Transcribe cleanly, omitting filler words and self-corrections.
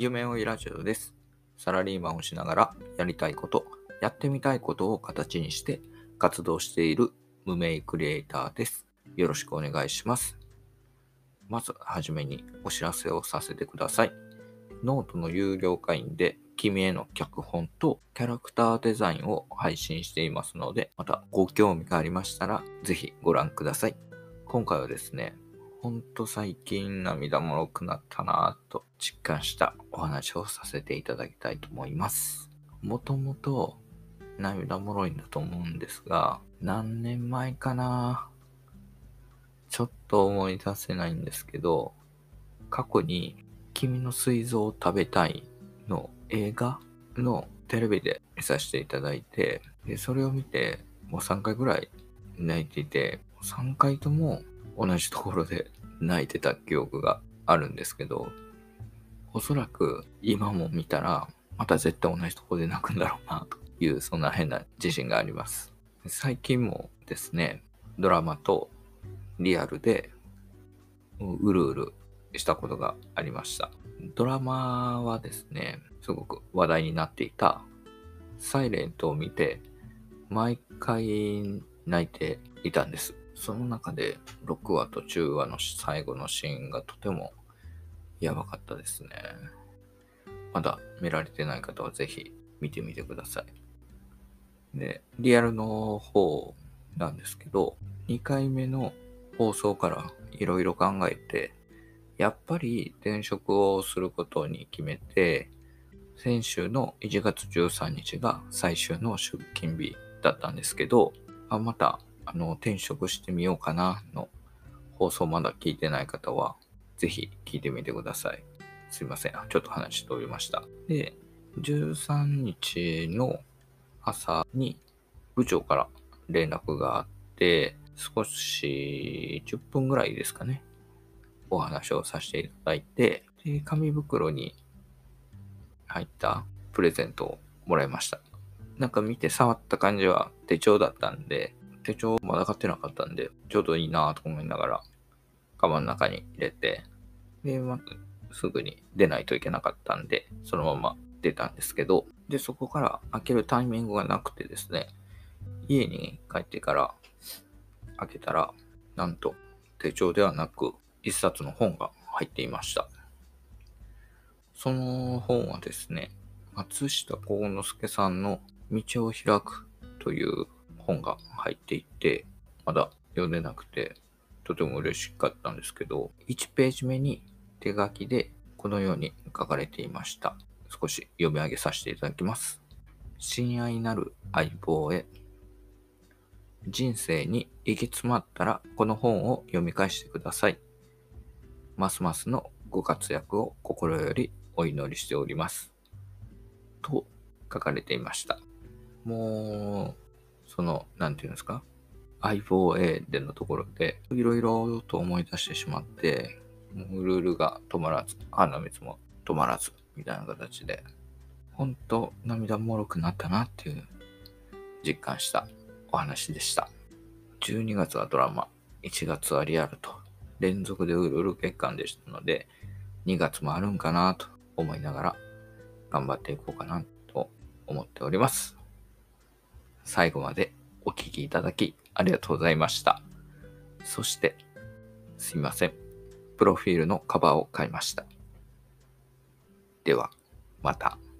夢追いラジオです。サラリーマンをしながらやりたいこと、やってみたいことを形にして活動している無名クリエイターです。よろしくお願いします。まずはじめにお知らせをさせてください。ノートの有料会員で君への脚本とキャラクターデザインを配信していますので、またご興味がありましたらぜひご覧ください。今回はですね、ほんと最近涙もろくなったなぁと実感したお話をさせていただきたいと思います。もともと涙もろいんだと思うんですが、何年前かな、ちょっと思い出せないんですけど、過去に君の膵臓を食べたいの映画のテレビで見させていただいて、でそれを見てもう3回ぐらい泣いていて、3回とも同じところで泣いてた記憶があるんですけど、おそらく今も見たらまた絶対同じところで泣くんだろうなというそんな変な自信があります。最近もですね、ドラマとリアルでうるうるしたことがありました。ドラマはですね、すごく話題になっていたサイレントを見て毎回泣いていたんです。その中で6話と10話の最後のシーンがとてもやばかったですね。まだ見られてない方はぜひ見てみてください。で、リアルの方なんですけど、2回目の放送からいろいろ考えて、やっぱり転職をすることに決めて、先週の1月13日が最終の出勤日だったんですけど、また転職してみようかなの放送まだ聞いてない方は、ぜひ聞いてみてください。すいません。ちょっと話飛びました。で、13日の朝に部長から連絡があって、少し10分ぐらいですかね。お話をさせていただいて、で紙袋に入ったプレゼントをもらいました。なんか見て触った感じは手帳だったんで、手帳まだ買ってなかったんで、ちょうどいいなと思いながら、カバンの中に入れて、で、すぐに出ないといけなかったんで、そのまま出たんですけど、で、そこから開けるタイミングがなくてですね、家に帰ってから開けたら、なんと手帳ではなく、一冊の本が入っていました。その本はですね、松下幸之助さんの道を開くという本が入っていて、まだ読んでなくてとても嬉しかったんですけど、1ページ目に手書きでこのように書かれていました。少し読み上げさせていただきます。親愛なる相棒へ、人生に行き詰まったらこの本を読み返してください。ますますのご活躍を心よりお祈りしております。と書かれていました。もう、なんていうんですか、相棒 A でのところで、いろいろと思い出してしまって、もうルールが止まらず、鼻水も止まらず、みたいな形で、ほんと涙もろくなったなっていう実感したお話でした。12月はドラマ、1月はリアルと、連続でうるうる月間でしたので、2月もあるんかなと思いながら、頑張っていこうかなと思っております。最後までお聞きいただきありがとうございました。そして、すいません。プロフィールのカバーを買いました。では、また。